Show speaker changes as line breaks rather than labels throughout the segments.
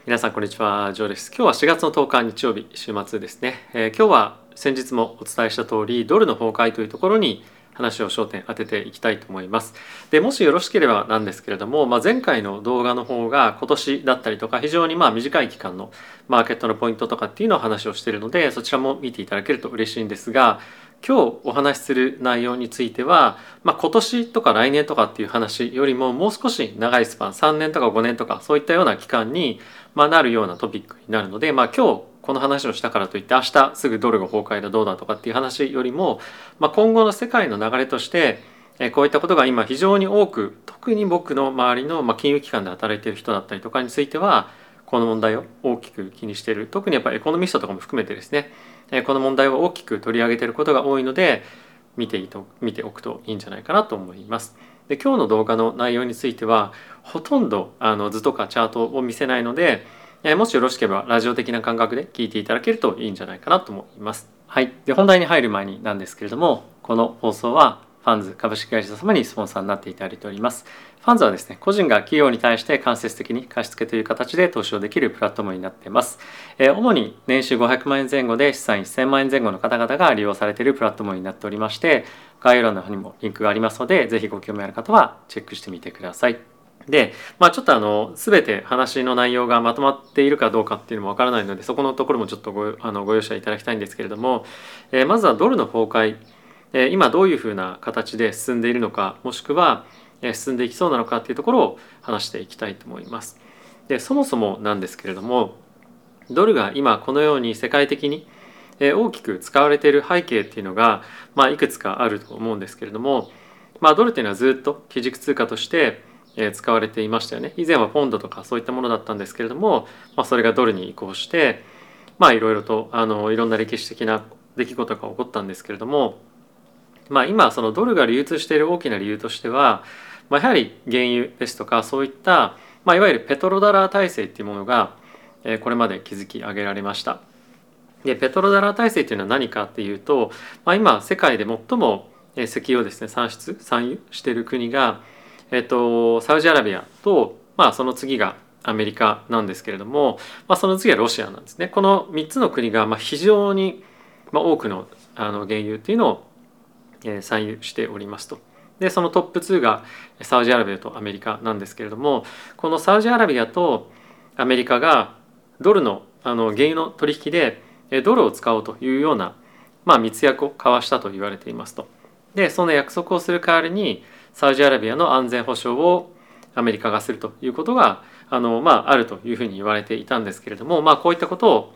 皆さんこんにちは、ジョーです。今日は4月の10日日曜日、週末ですね。今日は先日もお伝えした通り、ドルの崩壊というところに話を焦点当てていきたいと思います。で、もしよろしければなんですけれども、前回の動画の方が今年だったりとか、非常に短い期間のマーケットのポイントとかっていうのを話をしているので、そちらも見ていただけると嬉しいんですが、今日お話しする内容については、今年とか来年とかっていう話よりももう少し長いスパン、3年とか5年とかそういったような期間になるようなトピックになるので、今日この話をしたからといって明日すぐドルが崩壊だどうだとかっていう話よりも、今後の世界の流れとしてこういったことが今非常に多く、特に僕の周りの金融機関で働いている人だったりとかについてはこの問題を大きく気にしている、特にやっぱりエコノミストとかも含めてですね、この問題を大きく取り上げていることが多いので見ておくといいんじゃないかなと思います。で、今日の動画の内容についてはほとんど図とかチャートを見せないので、もしよろしければラジオ的な感覚で聞いていただけるといいんじゃないかなと思います。はい。で、本題に入る前になんですけれども、この放送はファンズ株式会社様にスポンサーになっていただいております。ファンズはですね、個人が企業に対して間接的に貸付という形で投資をできるプラットフォームになっています。主に年収500万円前後で資産1000万円前後の方々が利用されているプラットフォームになっておりまして、概要欄の方にもリンクがありますので、ぜひご興味ある方はチェックしてみてください。で、ちょっと全て話の内容がまとまっているかどうかっていうのもわからないので、そこのところもちょっとご容赦いただきたいんですけれども、まずはドルの崩壊、今どういうふうな形で進んでいるのか、もしくは進んでいきそうなのかっていうところを話していきたいと思います。で、そもそもなんですけれども、ドルが今このように世界的に大きく使われている背景っていうのがいくつかあると思うんですけれども、ドルっていうのはずっと基軸通貨として使われていましたよね。以前はポンドとかそういったものだったんですけれども、それがドルに移行していろいろといろんな歴史的な出来事が起こったんですけれども、今そのドルが流通している大きな理由としては、やはり原油ですとかそういったいわゆるペトロダラー体制っていうものがこれまで築き上げられました。で、ペトロダラー体制っていうのは何かっていうと、今世界で最も石油をですね産油している国が、サウジアラビアと、その次がアメリカなんですけれども、その次はロシアなんですね。この3つの国が非常に多くの原油っていうのを産油しておりますと。で、そのトップ2がサウジアラビアとアメリカなんですけれども、このサウジアラビアとアメリカがドルの原油の取引でドルを使おうというような密約を交わしたと言われていますと。で、その約束をする代わりにサウジアラビアの安全保障をアメリカがするということがあるというふうに言われていたんですけれども、こういったことを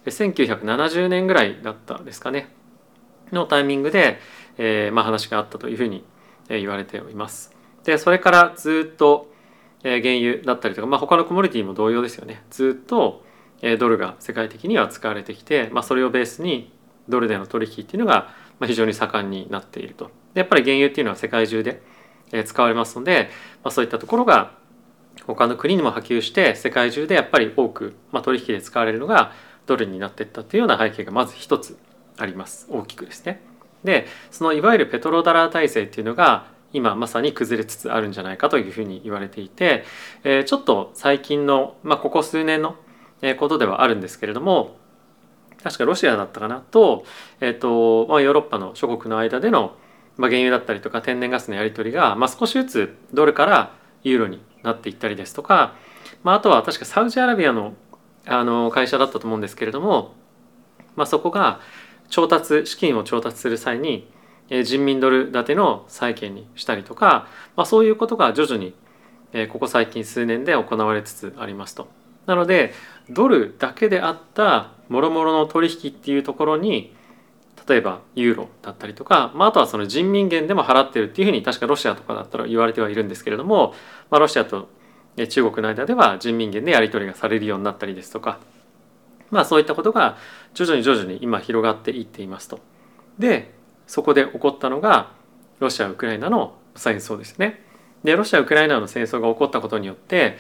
1970年ぐらいだったですかねのタイミングで、話があったというふうに言われております。で、それからずっと原油だったりとか、他のコモディティも同様ですよね。ずっとドルが世界的には使われてきて、それをベースにドルでの取引っていうのが非常に盛んになっていると。で、やっぱり原油っていうのは世界中で使われますので、そういったところが他の国にも波及して世界中でやっぱり多く、取引で使われるのがドルになっていったというような背景がまず一つあります。大きくですね。で、そのいわゆるペトロダラー体制っていうのが今まさに崩れつつあるんじゃないかというふうに言われていて、ちょっと最近の、ここ数年のことではあるんですけれども、確かロシアだったかなと、ヨーロッパの諸国の間での原油だったりとか天然ガスのやり取りが、少しずつドルからユーロになっていったりですとか、あとは確かサウジアラビアの会社だったと思うんですけれども、そこが資金を調達する際に人民ドル建ての債券にしたりとか、そういうことが徐々にここ最近数年で行われつつありますと。なのでドルだけであった諸々の取引っていうところに、例えばユーロだったりとか、あとはその人民元でも払ってるっていうふうに確かロシアとかだったら言われてはいるんですけれども、ロシアと中国の間では人民元でやり取りがされるようになったりですとか、そういったことが徐々に今広がっていっていますと。で、そこで起こったのがロシア・ウクライナの戦争ですね。で、ロシア・ウクライナの戦争が起こったことによって、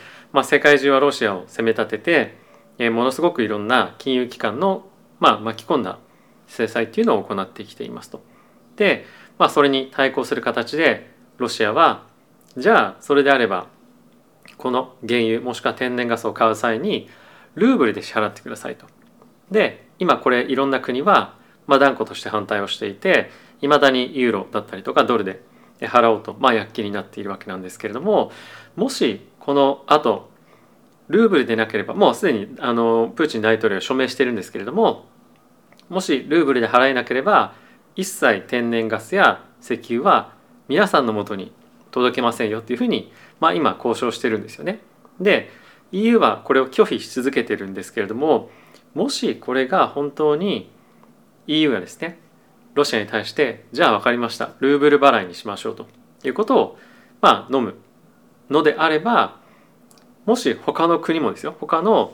世界中はロシアを攻め立てて、ものすごくいろんな金融機関の、巻き込んだ制裁っていうのを行ってきていますと。で、それに対抗する形でロシアは、じゃあそれであればこの原油もしくは天然ガスを買う際にルーブルで支払ってくださいと。で今これいろんな国は断固として反対をしていて、いまだにユーロだったりとかドルで払おうと躍起になっているわけなんですけれども、もしこの後ルーブルでなければ、もうすでにプーチン大統領は署名してるんですけれども、もしルーブルで払えなければ一切天然ガスや石油は皆さんのもとに届けませんよっていうふうに、今交渉してるんですよね。で EU はこれを拒否し続けてるんですけれども、もしこれが本当に EU がですねロシアに対してじゃあ分かりましたルーブル払いにしましょうということを飲むのであれば、もし他の国もですよ、他の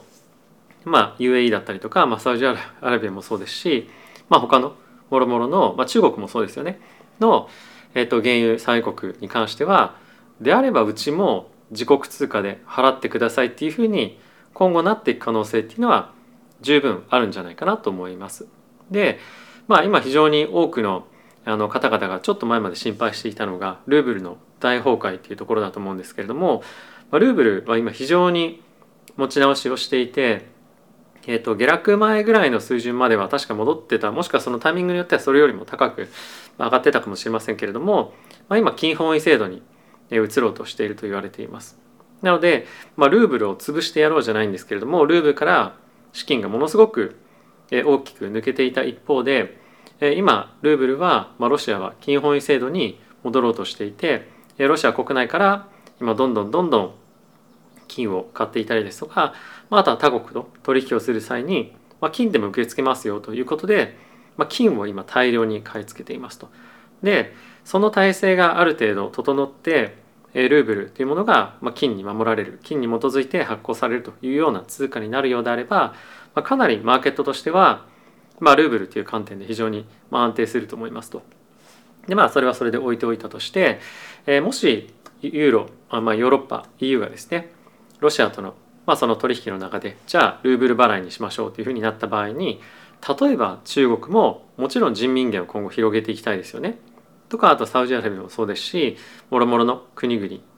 UAE だったりとか、サウジアラビアもそうですし、他のもろもろの、中国もそうですよねの、原油産油国に関しては、であればうちも自国通貨で払ってくださいっていうふうに今後なっていく可能性っていうのは十分あるんじゃないかなと思います。で、今非常に多くの方々がちょっと前まで心配していたのがルーブルの大崩壊っていうところだと思うんですけれども、ルーブルは今非常に持ち直しをしていて、下落前ぐらいの水準までは確か戻ってた、もしくはそのタイミングによってはそれよりも高く上がってたかもしれませんけれども、今金本位制度に移ろうとしていると言われています。なので、ルーブルを潰してやろうじゃないんですけれども、ルーブルから資金がものすごく大きく抜けていた一方で、今ルーブルは、ロシアは金本位制度に戻ろうとしていて、ロシア国内から今どんどん金を買っていたりですとか、あとは他国と取引をする際に、金でも受け付けますよということで、金を今大量に買い付けていますと。でその体制がある程度整って、ルーブルというものが金に守られる、金に基づいて発行されるというような通貨になるようであれば、かなりマーケットとしては、ルーブルという観点で非常に安定すると思いますと。でそれはそれで置いておいたとして、もしユーロ、ヨーロッパ EU がですねロシアとのその取引の中でじゃあルーブル払いにしましょうというふうになった場合に、例えば中国ももちろん人民元を今後広げていきたいですよねとか、あとサウジアラビアもそうですし、もろもろの国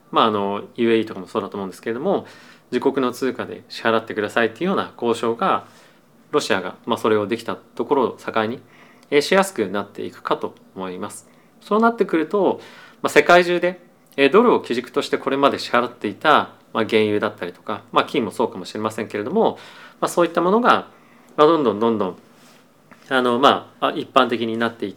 々、UAE とかもそうだと思うんですけれども、自国の通貨で支払ってくださいっていうような交渉がロシアがそれをできたところを境にしやすくなっていくかと思います。そうなってくると、世界中でドルを基軸としてこれまで支払っていた原油だったりとか、金もそうかもしれませんけれども、そういったものがどんどん一般的になっていって、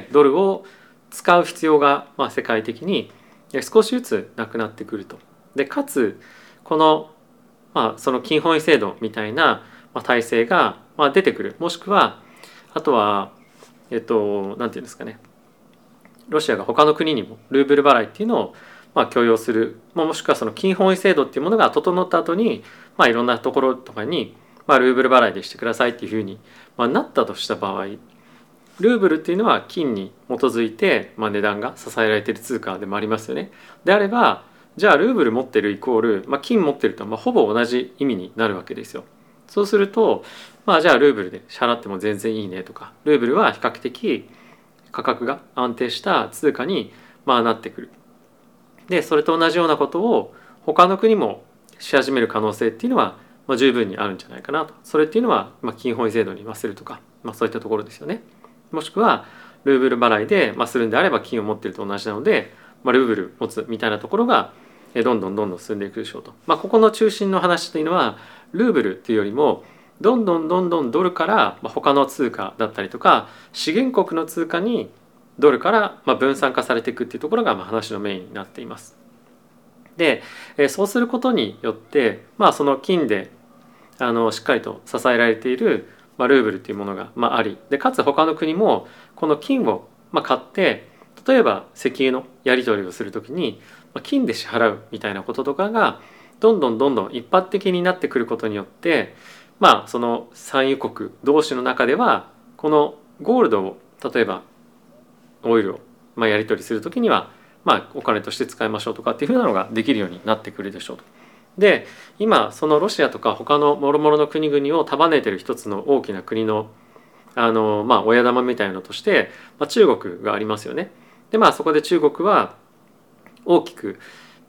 ドルを使う必要が世界的に少しずつなくなってくると。でかつこのその金本位制度みたいな体制が出てくる、もしくはあとはなんていうんですかね、ロシアが他の国にもルーブル払いっていうのを許容する、もしくはその金本位制度っていうものが整った後にいろんなところとかにルーブル払いでしてくださいっていうふうになったとした場合、ルーブルっていうのは金に基づいて値段が支えられている通貨でもありますよね。であればじゃあルーブル持ってるイコール、金持ってるとほぼ同じ意味になるわけですよ。そうするとじゃあルーブルで支払っても全然いいねとか、ルーブルは比較的価格が安定した通貨になってくる。でそれと同じようなことを他の国もし始める可能性っていうのは十分にあるんじゃないかなと。それっていうのは金本位制度に言わせるとか、そういったところですよね。もしくはルーブル払いでするんであれば金を持っていると同じなので、ルーブル持つみたいなところがどんどん進んでいくでしょうと。ここの中心の話というのはルーブルというよりもどんどんドルから他の通貨だったりとか資源国の通貨にドルから分散化されていくっていうところが話のメインになっています。でそうすることによってその金でしっかりと支えられているルーブルというものがあり、でかつ他の国もこの金を買って、例えば石油のやり取りをするときに金で支払うみたいなこととかがどんどん一般的になってくることによって、その産油国同士の中ではこのゴールドを例えばオイルをやり取りするときにはお金として使いましょうとかっていうふうなのができるようになってくるでしょうと。で今そのロシアとか他の諸々の国々を束ねている一つの大きな国の親玉みたいなのとして、中国がありますよね。でそこで中国は大きく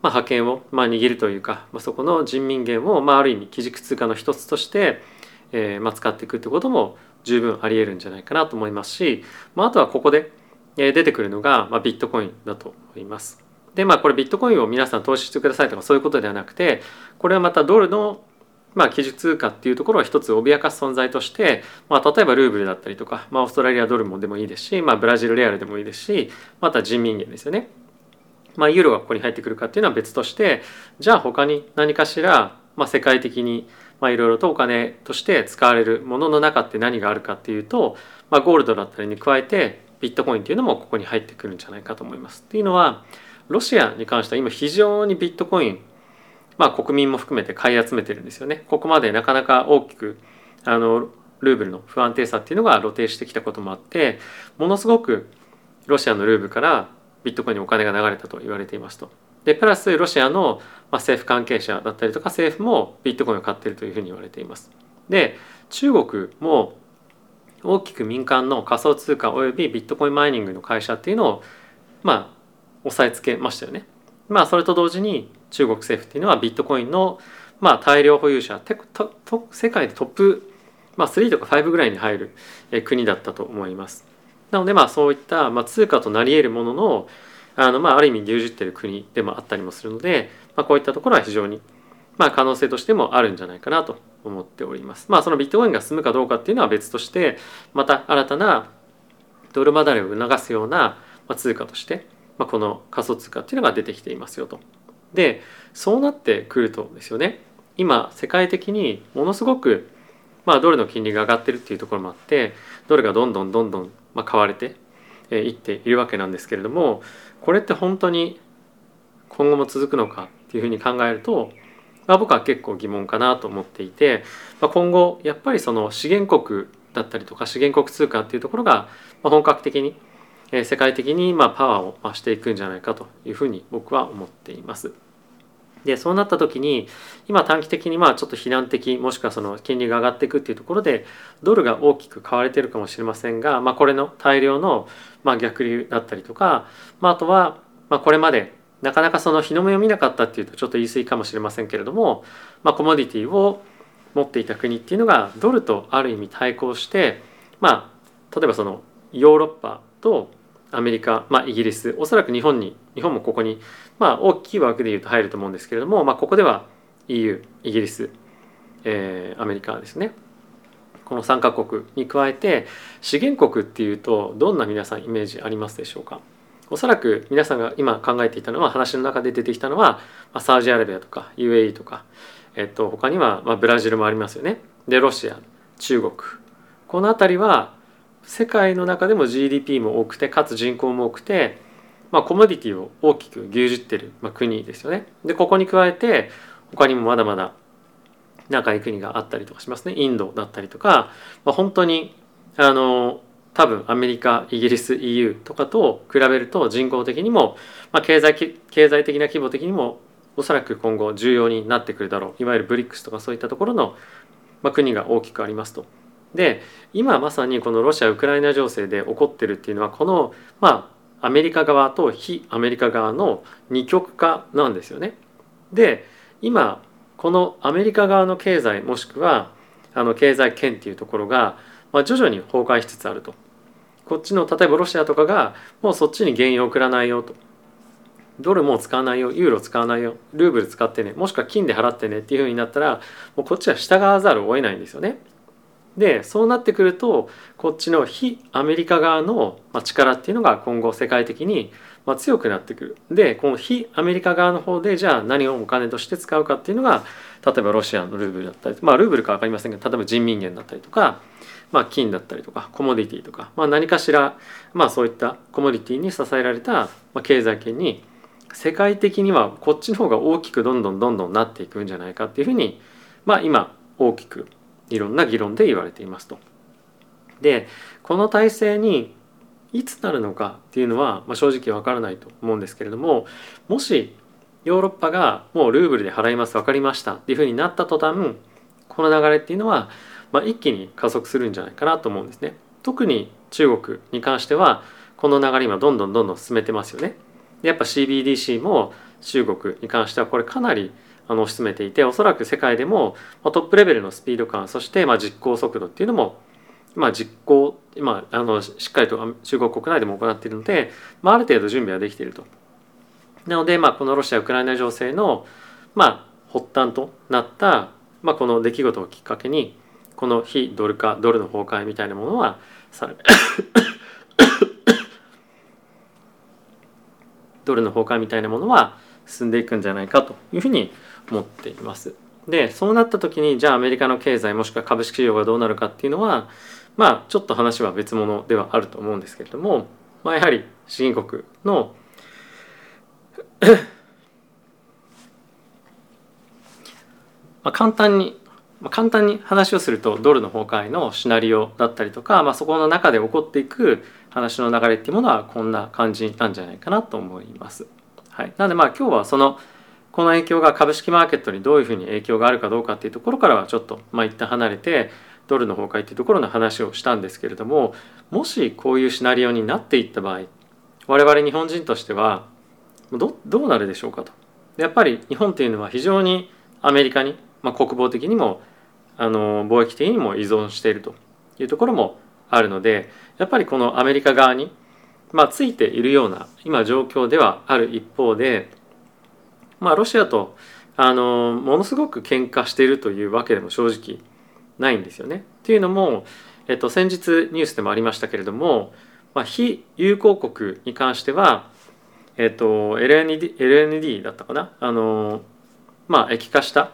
覇権を握るというか、そこの人民元をある意味基軸通貨の一つとして、使っていくってことも十分ありえるんじゃないかなと思いますし、あとはここで出てくるのがビットコインだと思います。でこれビットコインを皆さん投資してくださいとかそういうことではなくて、これはまたドルの基軸通貨っていうところを一つ脅かす存在として、例えばルーブルだったりとか、オーストラリアドルもでもいいですし、ブラジルレアルでもいいですし、また人民元ですよね。ユーロがここに入ってくるかっていうのは別として、じゃあ他に何かしら、世界的にいろいろとお金として使われるものの中って何があるかっていうと、ゴールドだったりに加えてビットコインっていうのもここに入ってくるんじゃないかと思います。っていうのは、ロシアに関しては今非常にビットコイン、国民も含めて買い集めてるんですよね。ここまでなかなか大きくルーブルの不安定さっていうのが露呈してきたこともあって、ものすごくロシアのルーブルからビットコインにお金が流れたと言われていますと。でプラスロシアの政府関係者だったりとか政府もビットコインを買っているというふうに言われています。で中国も大きく民間の仮想通貨およびビットコインマイニングの会社っていうのを押さえつけましたよね。それと同時に中国政府っていうのはビットコインの大量保有者、世界でトップ3とか5ぐらいに入る国だったと思います。なのでそういった通貨となり得るもののある意味牛耳っている国でもあったりもするので、こういったところは非常に可能性としてもあるんじゃないかなと思っております。そのビットコインが進むかどうかっていうのは別として、また新たなドル離れを促すような通貨としてこの仮想通貨っていうのが出てきていますよと。でそうなってくるとですよね、今世界的にものすごくドルの金利が上がってるっていうところもあって、ドルがどんどん買われていっているわけなんですけれども、これって本当に今後も続くのかっていうふうに考えると、僕は結構疑問かなと思っていて、今後やっぱりその資源国だったりとか資源国通貨っていうところが本格的に世界的にパワーを増していくんじゃないかというふうに僕は思っています。でそうなった時に今短期的にちょっと避難的、もしくはその金利が上がっていくっていうところでドルが大きく買われているかもしれませんが、これの大量の逆流だったりとか、あとはこれまでなかなかその日の目を見なかったっていうとちょっと言い過ぎかもしれませんけれども、コモディティを持っていた国っていうのがドルとある意味対抗して、例えばそのヨーロッパとアメリカ、イギリス、おそらく日本もここに大きい枠でいうと入ると思うんですけれども、ここでは EU、イギリス、アメリカですね、この3カ国に加えて資源国っていうとどんな皆さんイメージありますでしょうか。おそらく皆さんが今考えていたのは、話の中で出てきたのはサウジアラビアとか UAE とか、他にはブラジルもありますよね。でロシア、中国、この辺りは世界の中でも GDP も多くて、かつ人口も多くて、コモディティを大きく牛耳っている国ですよね。でここに加えて他にもまだまだ仲いい国があったりとかしますね。インドだったりとか、本当に多分アメリカ、イギリス、EU とかと比べると人口的にも、経済的な規模的にもおそらく今後重要になってくるだろう。いわゆるブリックスとかそういったところの、国が大きくありますと。で今まさにこのロシア・ウクライナ情勢で起こってるっていうのは、このアメリカ側と非アメリカ側の二極化なんですよね。で今このアメリカ側の経済、もしくは経済圏っていうところが、徐々に崩壊しつつあると。こっちの例えばロシアとかがもうそっちに原油を送らないよと、ドルも使わないよ、ユーロ使わないよ、ルーブル使ってね、もしくは金で払ってねっていう風になったら、もうこっちは従わざるを得ないんですよね。でそうなってくると、こっちの非アメリカ側の力っていうのが今後世界的に強くなってくる。でこの非アメリカ側の方でじゃあ何をお金として使うかっていうのが、例えばロシアのルーブルだったり、ルーブルか分かりませんけど、例えば人民元だったりとか、金だったりとかコモディティとか、何かしらそういったコモディティに支えられた経済圏に、世界的にはこっちの方が大きくどんどんなっていくんじゃないかっていうふうに、今大きくいろんな議論で言われていますと。でこの体制にいつなるのかっていうのは、正直わからないと思うんですけれども、もしヨーロッパがもうルーブルで払います、分かりましたっていうふうになった途端、この流れっていうのは、一気に加速するんじゃないかなと思うんですね。特に中国に関してはこの流れ今どんどん進めてますよね。でやっぱ CBDC も中国に関してはこれかなり推し進めていて、おそらく世界でもトップレベルのスピード感、そして実行速度っていうのも実行しっかりと中国国内でも行っているので、ある程度準備はできていると。なのでこのロシア・ウクライナ情勢の発端となったこの出来事をきっかけに、この非ドル化、ドルの崩壊みたいなものはさらにドルの崩壊みたいなものは進んでいくんじゃないかというふうに思っています。でそうなった時に、じゃあアメリカの経済もしくは株式市場がどうなるかっていうのはちょっと話は別物ではあると思うんですけれども、やはり資源国の簡単に話をすると、ドルの崩壊のシナリオだったりとか、そこの中で起こっていく話の流れっていうものはこんな感じなんじゃないかなと思います。はい、なので今日はこの影響が株式マーケットにどういうふうに影響があるかどうかっていうところからはちょっと一旦離れて、ドルの崩壊っていうところの話をしたんですけれども、もしこういうシナリオになっていった場合、我々日本人としてはどうなるでしょうかと。やっぱり日本っていうのは非常にアメリカに、国防的にも貿易的にも依存しているというところもあるので、やっぱりこのアメリカ側についているような今状況ではある一方で、ロシアとものすごく喧嘩しているというわけでも正直ないんですよね。っていうのも、先日ニュースでもありましたけれども、非友好国に関しては、LND だったかな、液化した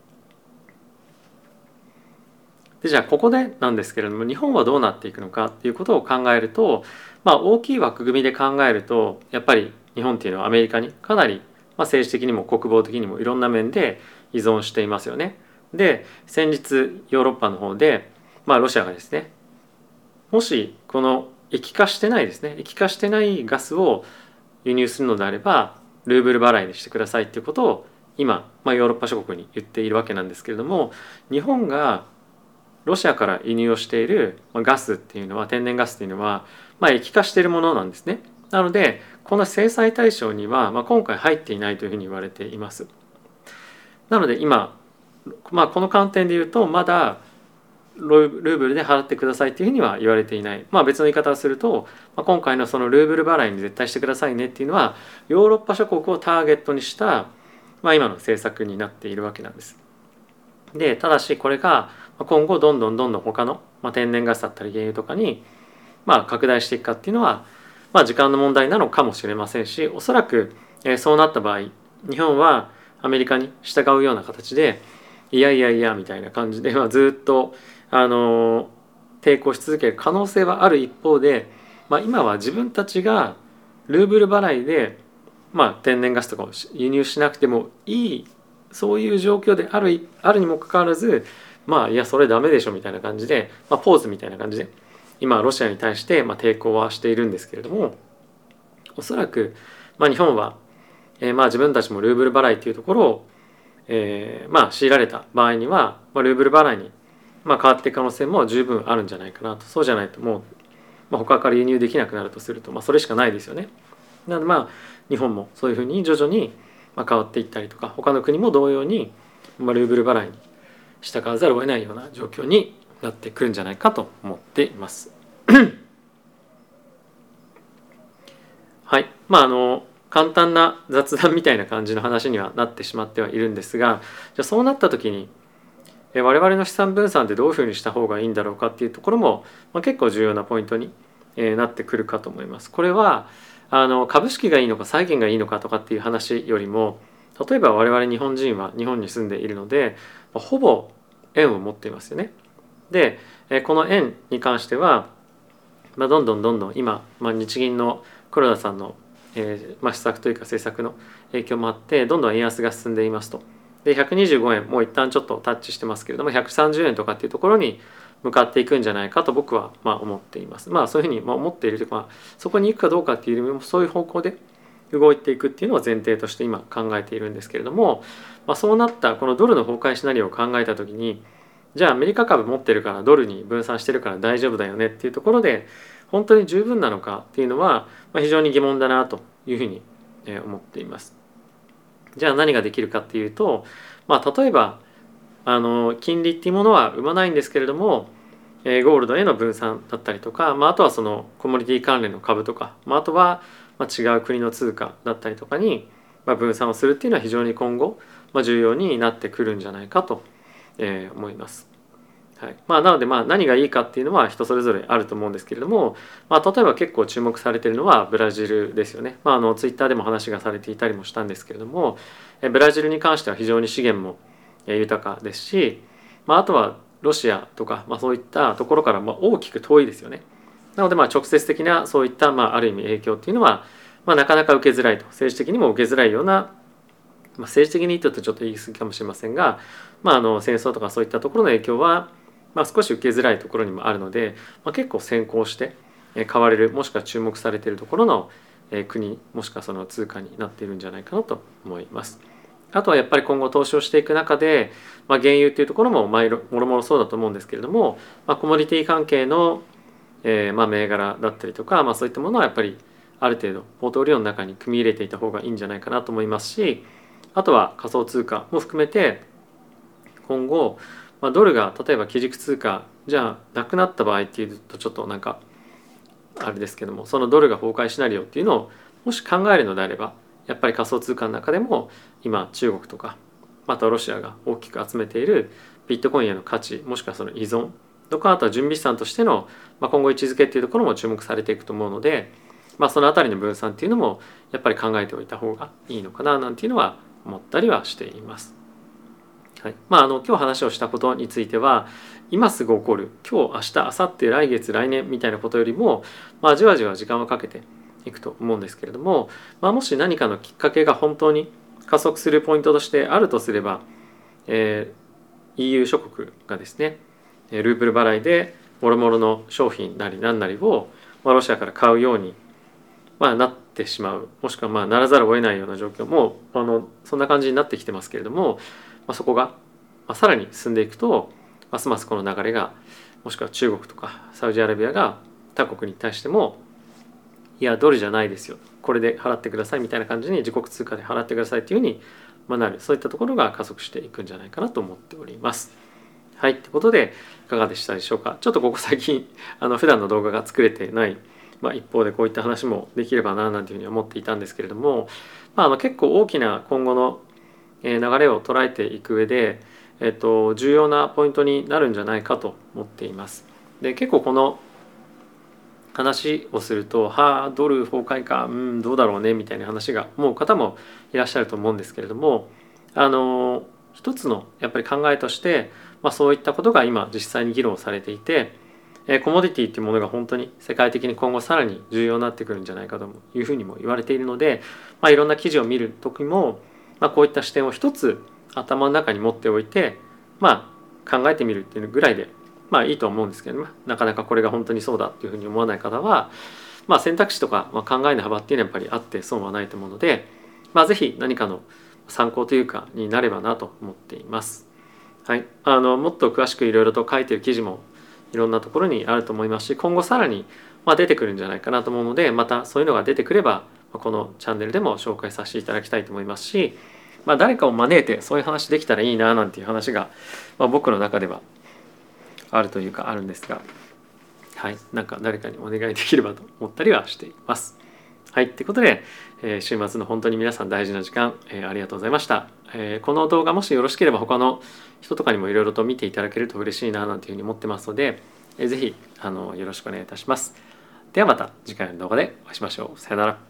で、じゃあここでなんですけれども、日本はどうなっていくのかっていうことを考えると、大きい枠組みで考えると、やっぱり日本っていうのはアメリカにかなり政治的にも国防的にもいろんな面で依存していますよね。で、先日ヨーロッパの方で、ロシアがですね、もしこの液化してないガスを輸入するのであればルーブル払いにしてくださいっていうことを今、ヨーロッパ諸国に言っているわけなんですけれども、日本がロシアから輸入をしているガスっていうのは、天然ガスっていうのは液化しているものなんですね。なのでこの制裁対象には今回入っていないというふうに言われています。なので今、この観点で言うとまだルーブルで払ってくださいというふうには言われていない。別の言い方をすると、今回のそのルーブル払いに絶対してくださいねっていうのはヨーロッパ諸国をターゲットにした、今の政策になっているわけなんです。でただしこれが今後どんどん他の、天然ガスだったり原油とかに拡大していくかっていうのは、時間の問題なのかもしれませんし、おそらくそうなった場合、日本はアメリカに従うような形でいやいやいやみたいな感じでずっと抵抗し続ける可能性はある一方で、今は自分たちがルーブル払いで、天然ガスとかを輸入しなくてもいい、そういう状況であるにもかかわらず、いやそれダメでしょみたいな感じで、ポーズみたいな感じで今ロシアに対して抵抗はしているんですけれども、おそらく日本は自分たちもルーブル払いというところを強いられた場合にはルーブル払いに変わっていく可能性も十分あるんじゃないかなと。そうじゃないともう他から輸入できなくなるとするとそれしかないですよね。なので日本もそういうふうに徐々に変わっていったりとか、他の国も同様にルーブル払いに従わざるを得ないような状況になってくるんじゃないかと思っていますはい、簡単な雑談みたいな感じの話にはなってしまってはいるんですが、じゃあそうなった時に我々の資産分散ってどういうふうにした方がいいんだろうかっていうところも、結構重要なポイントになってくるかと思います。これは株式がいいのか債券がいいのかとかっていう話よりも、例えば我々日本人は日本に住んでいるのでほぼ円を持っていますよね。でこの円に関しては、どんどん今、日銀の黒田さんの、施策というか政策の影響もあってどんどん円安が進んでいますと。で125円もう一旦ちょっとタッチしてますけれども、130円とかっていうところに向かっていくんじゃないかと僕は思っています。そういうふうに思っているというか、そこに行くかどうかっていうよりもそういう方向で動いていくっていうのを前提として今考えているんですけれども、そうなったこのドルの崩壊シナリオを考えた時に、じゃあアメリカ株持ってるからドルに分散してるから大丈夫だよねっていうところで本当に十分なのかっていうのは非常に疑問だなというふうに思っています。 じゃあ何ができるかっていうと、例えば金利っていうものは生まないんですけれども、ゴールドへの分散だったりとか、あとはそのコモディティ関連の株とか、あとは違う国の通貨だったりとかに分散をするっていうのは非常に今後重要になってくるんじゃないかと思います。はい、なので何がいいかっていうのは人それぞれあると思うんですけれども、例えば結構注目されているのはブラジルですよね。ツイッターでも話がされていたりもしたんですけれども、ブラジルに関しては非常に資源も豊かですし、あとはロシアとか、そういったところから大きく遠いですよね。なので直接的なそういったある意味影響っていうのは、なかなか受けづらいと、政治的にも受けづらいような、政治的に言うとちょっと言い過ぎかもしれませんが、戦争とかそういったところの影響は少し受けづらいところにもあるので、結構先行して買われる、もしくは注目されているところの国、もしくはその通貨になっているんじゃないかなと思います。あとはやっぱり今後投資をしていく中で、原油っていうところももろもろそうだと思うんですけれども、コモディティ関係の銘柄だったりとか、そういったものはやっぱりある程度ポートフォリオの中に組み入れていた方がいいんじゃないかなと思いますし、あとは仮想通貨も含めて今後、ドルが例えば基軸通貨じゃなくなった場合っていうとちょっとなんかあれですけども、そのドルが崩壊しないよっていうのをもし考えるのであれば、やっぱり仮想通貨の中でも今中国とかあとはロシアが大きく集めているビットコインへの価値、もしくはその依存とか、あとは準備資産としての今後位置づけっていうところも注目されていくと思うので、そのあたりの分散っていうのもやっぱり考えておいた方がいいのかななんていうのは思ったりはしています。はい、今日話をしたことについては、今すぐ起こる今日明日明後日来月来年みたいなことよりも、じわじわ時間をかけていくと思うんですけれども、もし何かのきっかけが本当に加速するポイントとしてあるとすれば、EU 諸国がですねルーブル払いで諸々の商品なり何なりをロシアから買うようになってしまう、もしくはならざるを得ないような状況もそんな感じになってきてますけれども、そこがさらに進んでいくとますますこの流れが、もしくは中国とかサウジアラビアが他国に対してもいやドルじゃないですよ、これで払ってくださいみたいな感じに自国通貨で払ってくださいというふうになる、そういったところが加速していくんじゃないかなと思っております。はい、ということでいかがでしたでしょうか。ちょっとここ最近普段の動画が作れてない、一方でこういった話もできればななんていうふうに思っていたんですけれども、結構大きな今後の流れを捉えていく上で、重要なポイントになるんじゃないかと思っています。で結構この話をするとドル崩壊かどうだろうねみたいな話が思う方もいらっしゃると思うんですけれども、一つのやっぱり考えとして、そういったことが今実際に議論されていて、コモディティっていうものが本当に世界的に今後さらに重要になってくるんじゃないかというふうにも言われているので、いろんな記事を見る時も、こういった視点を一つ頭の中に持っておいて、考えてみるっていうぐらいでいいと思うんですけど、なかなかこれが本当にそうだっていうふうに思わない方は、選択肢とか考えの幅っていうのはやっぱりあって損はないと思うので、ぜひ何かの参考というかになればなと思っています。はい、もっと詳しくいろいろと書いてる記事もいろんなところにあると思いますし、今後さらに出てくるんじゃないかなと思うので、またそういうのが出てくればこのチャンネルでも紹介させていただきたいと思いますし、誰かを招いてそういう話できたらいいななんていう話が、僕の中ではあるというかあるんですが、はい、なんか誰かにお願いできればと思ったりはしています。はい、ということで、週末の本当に皆さん大事な時間、ありがとうございました。この動画もしよろしければ他の人とかにもいろいろと見ていただけると嬉しいななんていうふうに思ってますので、ぜひよろしくお願いいたします。ではまた次回の動画でお会いしましょう。さよなら。